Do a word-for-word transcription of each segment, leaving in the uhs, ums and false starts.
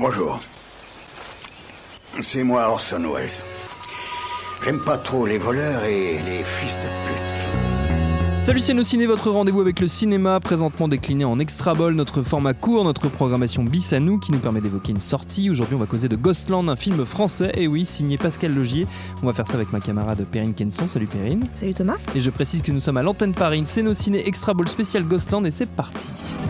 Bonjour. C'est moi Orson Welles. J'aime pas trop les voleurs et les fils de pute. Salut, c'est Nos Ciné, votre rendez-vous avec le cinéma, présentement décliné en extra ball, notre format court, notre programmation bis à nous qui nous permet d'évoquer une sortie. Aujourd'hui, on va causer de Ghostland, un film français, et oui, signé Pascal Logier. On va faire ça avec ma camarade Perrine Kenson. Salut Perrine. Salut Thomas. Et je précise que nous sommes à l'antenne Paris, c'est Nos Ciné extra ball spécial Ghostland, et c'est parti.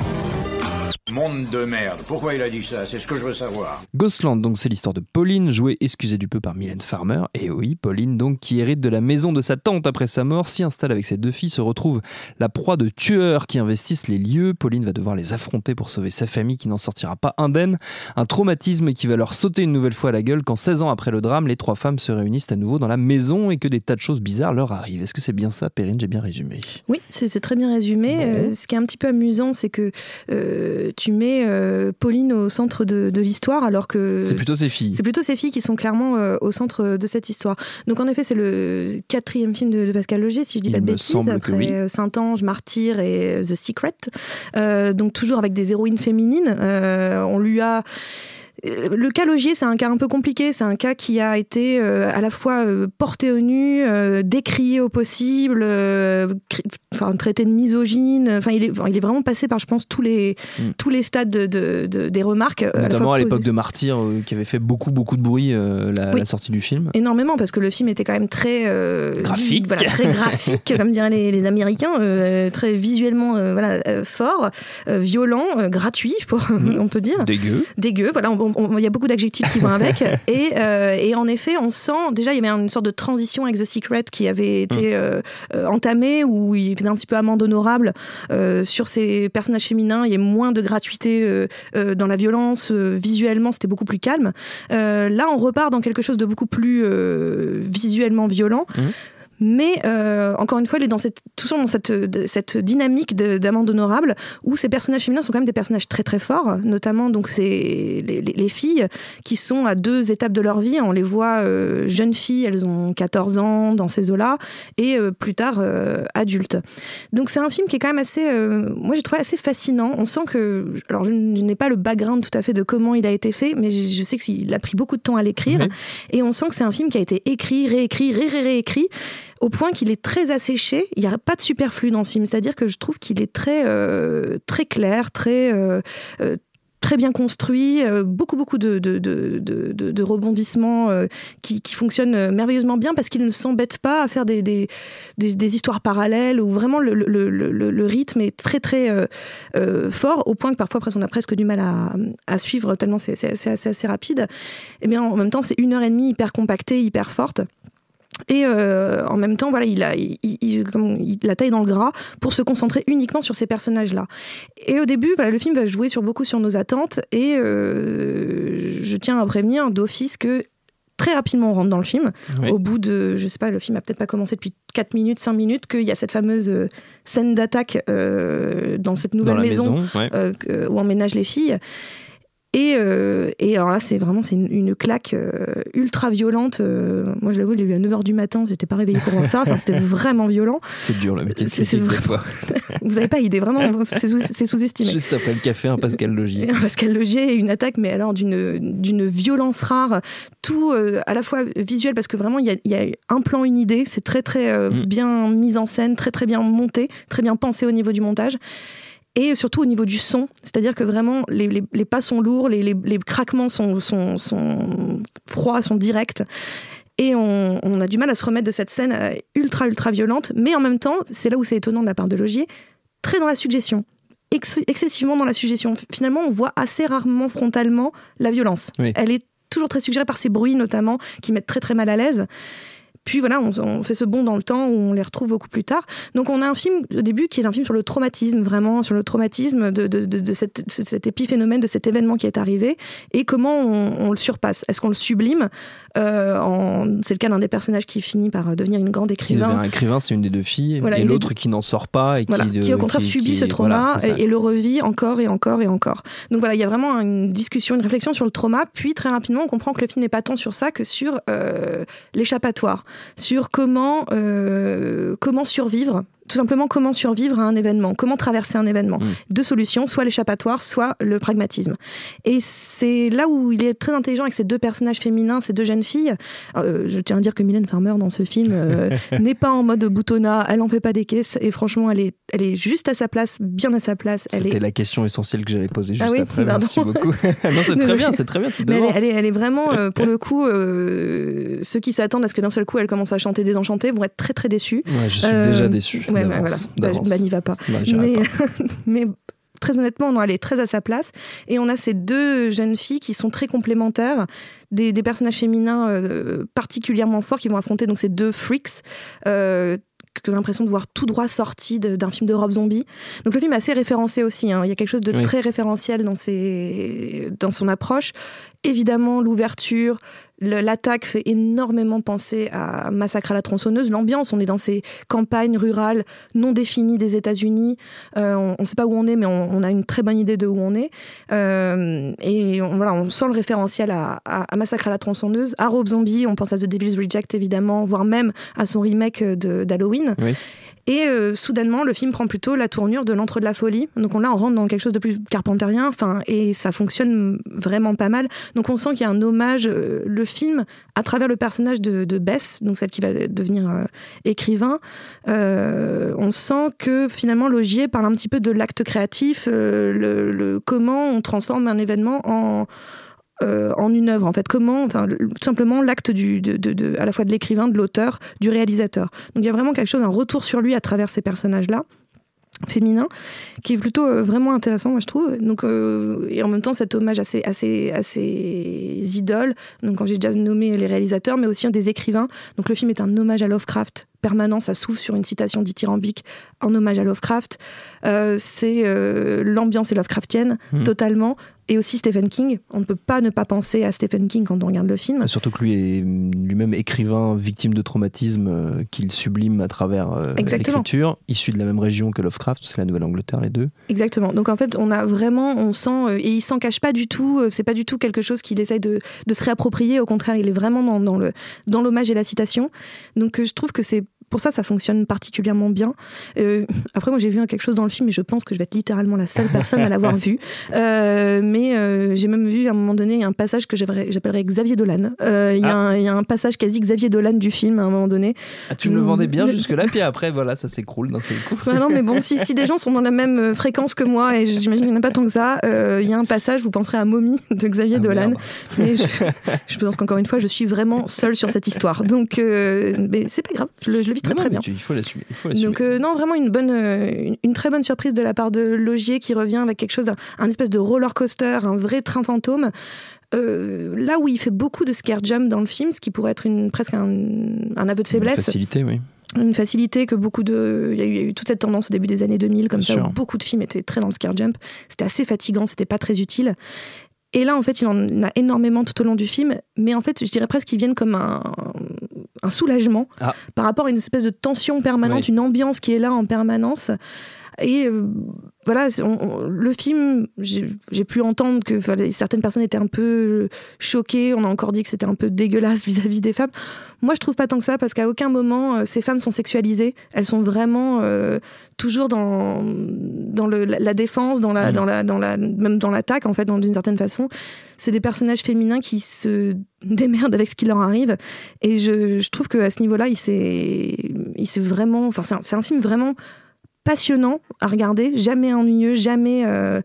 Monde de merde. Pourquoi il a dit ça? C'est ce que je veux savoir. Ghostland, donc c'est l'histoire de Pauline, jouée, excusez du peu, par Mylène Farmer. Et oui, Pauline, donc, qui hérite de la maison de sa tante après sa mort, s'y installe avec ses deux filles, se retrouve la proie de tueurs qui investissent les lieux. Pauline va devoir les affronter pour sauver sa famille qui n'en sortira pas indemne. Un traumatisme qui va leur sauter une nouvelle fois à la gueule quand seize ans après le drame, les trois femmes se réunissent à nouveau dans la maison et que des tas de choses bizarres leur arrivent. Est-ce que c'est bien ça, Perrine? J'ai bien résumé. Oui, c'est, c'est très bien résumé. Bon. Euh, ce qui est un petit peu amusant, c'est que euh, tu mets euh, Pauline au centre de, de l'histoire, alors que... C'est plutôt ses filles. C'est plutôt ses filles qui sont clairement euh, au centre de cette histoire. Donc en effet, c'est le quatrième film de, de Pascal Logier, si je dis Il pas de me bêtises, semble après que oui. Saint-Ange, Martyr et The Secret. Euh, donc toujours avec des héroïnes féminines. Euh, on lui a... Le cas Logier, c'est un cas un peu compliqué. C'est un cas qui a été euh, à la fois euh, porté au nu, euh, décrié au possible, euh, cri- enfin, traité de misogyne. Enfin, il est, enfin, il est vraiment passé par, je pense, tous les, mm. tous les stades de, de, de, des remarques. Notamment à, à l'époque posées. de Martyr, euh, qui avait fait beaucoup, beaucoup de bruit euh, la, oui. la sortie du film. Énormément, parce que le film était quand même très... Euh, graphique. Voilà, très graphique, comme diraient les, les Américains, euh, très visuellement euh, voilà, euh, fort, euh, violent, euh, gratuit, pour, mm. on peut dire. Dégueu. Dégueu, voilà, il y a beaucoup d'adjectifs qui vont avec. et, euh, et en effet, on sent... Déjà, il y avait une sorte de transition avec The Secret qui avait été mm. euh, euh, entamée, où il faisait un petit peu amende honorable euh, sur ces personnages féminins. Il y a moins de gratuité euh, euh, dans la violence. Euh, visuellement, c'était beaucoup plus calme. Euh, là, on repart dans quelque chose de beaucoup plus euh, visuellement violent. Mmh. Mais euh, encore une fois, il est dans cette, toujours dans cette, cette dynamique de, d'amende honorable où ces personnages féminins sont quand même des personnages très très forts, notamment donc c'est les, les, les filles qui sont à deux étapes de leur vie. On les voit euh, jeunes filles, elles ont quatorze ans dans ces eaux-là, et euh, plus tard euh, adultes. Donc c'est un film qui est quand même assez, euh, moi j'ai trouvé assez fascinant. On sent que, alors je, je n'ai pas le background tout à fait de comment il a été fait, mais je, je sais qu'il a pris beaucoup de temps à l'écrire, oui. Et on sent que c'est un film qui a été écrit, réécrit, ré-ré-réécrit, au point qu'il est très asséché. Il n'y a pas de superflu dans ce film, c'est-à-dire que je trouve qu'il est très, euh, très clair, très, euh, euh, très bien construit, euh, beaucoup, beaucoup de, de, de, de, de, de rebondissements euh, qui, qui fonctionnent merveilleusement bien parce qu'il ne s'embête pas à faire des, des, des, des histoires parallèles où vraiment le, le, le, le rythme est très, très euh, euh, fort, au point que parfois, après, on a presque du mal à, à suivre tellement c'est, c'est, c'est assez, assez rapide. Et bien, en même temps, c'est une heure et demie hyper compactée, hyper forte. Et euh, en même temps, voilà, il a, il, il, comme, il la taille dans le gras pour se concentrer uniquement sur ces personnages-là. Et au début, voilà, le film va jouer sur, beaucoup sur nos attentes. Et euh, je tiens à prévenir d'office que très rapidement, on rentre dans le film. Oui. Au bout de, je sais pas, le film a peut-être pas commencé depuis quatre minutes, cinq minutes, qu'il y a cette fameuse scène d'attaque euh, dans cette nouvelle dans maison, maison ouais. euh, où emménagent les filles. Et, euh, et alors là, c'est vraiment c'est une, une claque euh, ultra violente. Euh, moi, je l'avoue, je l'ai vu à neuf heures du matin, j'étais pas réveillée pour voir ça. Enfin, c'était vraiment violent. C'est dur, le métier de c'est, c'est critique, vraiment... Vous n'avez pas idée, vraiment, c'est, sous, c'est sous-estimé. Juste après le café, un Pascal Logier. Un Pascal Logier et une attaque, mais alors d'une, d'une violence rare. Tout euh, à la fois visuel, parce que vraiment, il y a, y a un plan, une idée. C'est très, très euh, mm. bien mis en scène, très, très bien monté, très bien pensé au niveau du montage. Et surtout au niveau du son, c'est-à-dire que vraiment les, les, les pas sont lourds, les, les, les craquements sont, sont, sont froids, sont directs. Et on, on a du mal à se remettre de cette scène ultra, ultra violente. Mais en même temps, c'est là où c'est étonnant de la part de Logier, très dans la suggestion. Ex- excessivement dans la suggestion. Finalement, on voit assez rarement frontalement la violence. Oui. Elle est toujours très suggérée par ces bruits, notamment, qui mettent très, très mal à l'aise. Puis voilà, on, on fait ce bond dans le temps où on les retrouve beaucoup plus tard. Donc on a un film au début qui est un film sur le traumatisme, vraiment sur le traumatisme de, de, de, de cet, cet épiphénomène, de cet événement qui est arrivé, et comment on, on le surpasse. Est-ce qu'on le sublime euh, en... C'est le cas d'un des personnages qui finit par devenir une grande écrivain. Qui devient écrivain, c'est une des deux filles, voilà, et l'autre deux... qui n'en sort pas. Et voilà, qui, de... qui au contraire qui, subit qui... ce trauma voilà, et, et le revit encore et encore et encore. Donc voilà, il y a vraiment une discussion, une réflexion sur le trauma, puis très rapidement on comprend que le film n'est pas tant sur ça que sur euh, l'échappatoire, sur comment, euh, comment survivre tout simplement comment survivre à un événement, comment traverser un événement. Mmh. Deux solutions, soit l'échappatoire, soit le pragmatisme. Et c'est là où il est très intelligent avec ces deux personnages féminins, ces deux jeunes filles. Euh, je tiens à dire que Mylène Farmer dans ce film euh, n'est pas en mode boutonnat, elle en fait pas des caisses et franchement elle est, elle est juste à sa place, bien à sa place. Elle C'était est... la question essentielle que j'allais poser juste ah oui, après, pardon. merci beaucoup. Non, c'est très bien, c'est très bien. Mais elle, est, elle, est, elle est vraiment, euh, pour le coup, euh, ceux qui s'attendent à ce que d'un seul coup elle commence à chanter Désenchantée vont être très très déçus. Ouais, je suis euh, déjà déçu. Ouais, bah, voilà. bah, bah, n'y va pas. Bah, mais, pas. mais très honnêtement, non, elle est très à sa place. Et on a ces deux jeunes filles qui sont très complémentaires, des, des personnages féminins euh, particulièrement forts qui vont affronter donc ces deux freaks. Euh, que j'ai l'impression de voir tout droit sorti de, d'un film de Rob Zombie. Donc le film est assez référencé aussi, hein. Il y a quelque chose de oui. très référentiel dans, ses, dans son approche. Évidemment, l'ouverture, le, l'attaque fait énormément penser à Massacre à la tronçonneuse. L'ambiance, on est dans ces campagnes rurales non définies des États-Unis. Euh, on ne sait pas où on est, mais on, on a une très bonne idée de où on est. Euh, et on, voilà, on sent le référentiel à, à, à Massacre à la tronçonneuse. À Rob Zombie, on pense à The Devil's Reject, évidemment, voire même à son remake de, d'Halloween. Oui. Et euh, soudainement, le film prend plutôt la tournure de l'Antre de la folie. Donc on, là, on rentre dans quelque chose de plus carpentérien, enfin, et ça fonctionne vraiment pas mal. Donc on sent qu'il y a un hommage. Euh, le film, à travers le personnage de, de Bess, donc celle qui va devenir euh, écrivain, euh, on sent que finalement Laugier parle un petit peu de l'acte créatif, euh, le, le, comment on transforme un événement en... Euh, en une œuvre, en fait, comment, enfin, tout simplement l'acte du, de, de, de, à la fois de l'écrivain, de l'auteur, du réalisateur. Donc il y a vraiment quelque chose, un retour sur lui à travers ces personnages-là, féminins, qui est plutôt euh, vraiment intéressant, moi je trouve. Donc, euh, et en même temps, cet hommage à ces, à ces, à ces idoles, donc quand j'ai déjà nommé les réalisateurs, mais aussi des écrivains. Donc le film est un hommage à Lovecraft permanent, ça s'ouvre sur une citation dithyrambique en hommage à Lovecraft. Euh, c'est euh, l'ambiance est Lovecraftienne, mmh. totalement. Et aussi Stephen King. On ne peut pas ne pas penser à Stephen King quand on regarde le film. Surtout que lui est lui-même écrivain, victime de traumatisme euh, qu'il sublime à travers euh, l'écriture, issu de la même région que Lovecraft, c'est la Nouvelle-Angleterre, les deux. Exactement. Donc en fait, on a vraiment, on sent, euh, et il s'en cache pas du tout. Euh, c'est pas du tout quelque chose qu'il essaye de, de se réapproprier. Au contraire, il est vraiment dans, dans le dans l'hommage et la citation. Donc euh, je trouve que c'est pour ça, ça fonctionne particulièrement bien. Euh, après, moi, j'ai vu quelque chose dans le film et je pense que je vais être littéralement la seule personne à l'avoir vu. Euh, mais euh, j'ai même vu à un moment donné un passage que j'appellerais Xavier Dolan. Il euh, y, ah. y a un passage quasi Xavier Dolan du film à un moment donné. Ah, tu me le vendais bien jusque-là, puis après, voilà, ça s'écroule d'un seul coup. Bah non, mais bon, si, si des gens sont dans la même fréquence que moi, et j'imagine qu'il n'y en a pas tant que ça, il euh, y a un passage, vous penserez à Mommy de Xavier ah, Dolan. Merde. Mais je, je pense qu'encore une fois, je suis vraiment seule sur cette histoire. Donc, euh, mais c'est pas grave, je le, je le vis très non, très bien. Tu, il faut l'assumer. Il faut l'assumer. Donc euh, non, vraiment une bonne, une, une très bonne surprise de la part de Laugier qui revient avec quelque chose, un, un espèce de roller coaster, un vrai train fantôme. Euh, là où il fait beaucoup de scare jump dans le film, ce qui pourrait être une, presque un, un aveu de faiblesse. Une facilité, oui. Une facilité que beaucoup de... Il y a eu, il y a eu toute cette tendance au début des années deux mille, comme Bien ça, sûr. où beaucoup de films étaient très dans le scare jump. C'était assez fatigant, c'était pas très utile. Et là, en fait, il en a énormément tout au long du film, mais en fait, je dirais presque qu'ils viennent comme un, un soulagement ah. par rapport à une espèce de tension permanente, oui. une ambiance qui est là en permanence. Et euh, voilà, on, on, le film, j'ai, j'ai pu entendre que certaines personnes étaient un peu choquées. On a encore dit que c'était un peu dégueulasse vis-à-vis des femmes. Moi, je trouve pas tant que ça, parce qu'à aucun moment, euh, ces femmes sont sexualisées. Elles sont vraiment euh, toujours dans, dans le, la, la défense, dans la, mmh. dans la, dans la, même dans l'attaque, en fait, dans, d'une certaine façon. C'est des personnages féminins qui se démerdent avec ce qui leur arrive. Et je, je trouve qu'à ce niveau-là, il s'est, il s'est vraiment... Enfin, c'est un, c'est un film vraiment... passionnant à regarder, jamais ennuyeux, jamais, euh,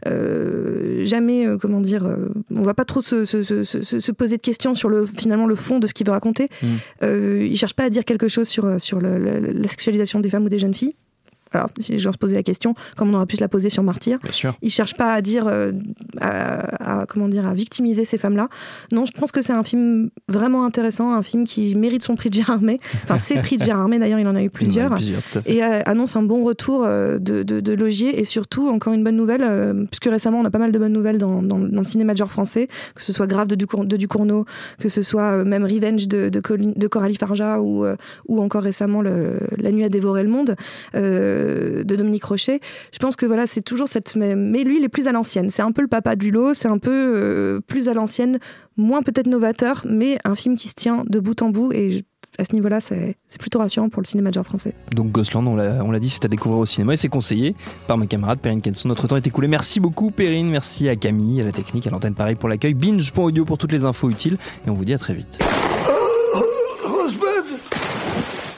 euh, jamais, euh, comment dire, euh, on va pas trop se, se, se, se, se poser de questions sur le, finalement le fond de ce qu'il veut raconter. Mmh. Euh, il cherche pas à dire quelque chose sur, sur le, le, la sexualisation des femmes ou des jeunes filles. Alors, si les gens se posaient la question, comme on aurait pu se la poser sur Martyr, ils ne cherchent pas à dire, euh, à, à, comment dire, à victimiser ces femmes-là. Non, je pense que c'est un film vraiment intéressant, un film qui mérite son prix de Gérard May. Enfin, ses prix de Gérard May, d'ailleurs, il en a eu plusieurs. Il en a eu plusieurs et euh, annonce un bon retour euh, de, de, de Laugier. Et surtout, encore une bonne nouvelle, euh, puisque récemment, on a pas mal de bonnes nouvelles dans, dans, dans le cinéma de genre français, que ce soit Grave de, Ducour, de Ducournau, que ce soit euh, même Revenge de, de, Colin, de Coralie Farja, ou, euh, ou encore récemment le, La nuit a dévoré le monde. Euh, de Dominique Rochet. Je pense que voilà, c'est toujours cette... Mais, mais lui, il est plus à l'ancienne. C'est un peu le papa du lot, c'est un peu euh, plus à l'ancienne, moins peut-être novateur, mais un film qui se tient de bout en bout et je, à ce niveau-là, c'est, c'est plutôt rassurant pour le cinéma de genre français. Donc Ghostland, on l'a, on l'a dit, c'est à découvrir au cinéma et c'est conseillé par ma camarade Perrine Kenson. Notre temps est écoulé. Merci beaucoup Perrine, merci à Camille, à la technique, à l'antenne pareil pour l'accueil. binge point audio pour toutes les infos utiles et on vous dit à très vite. Oh, Rosebud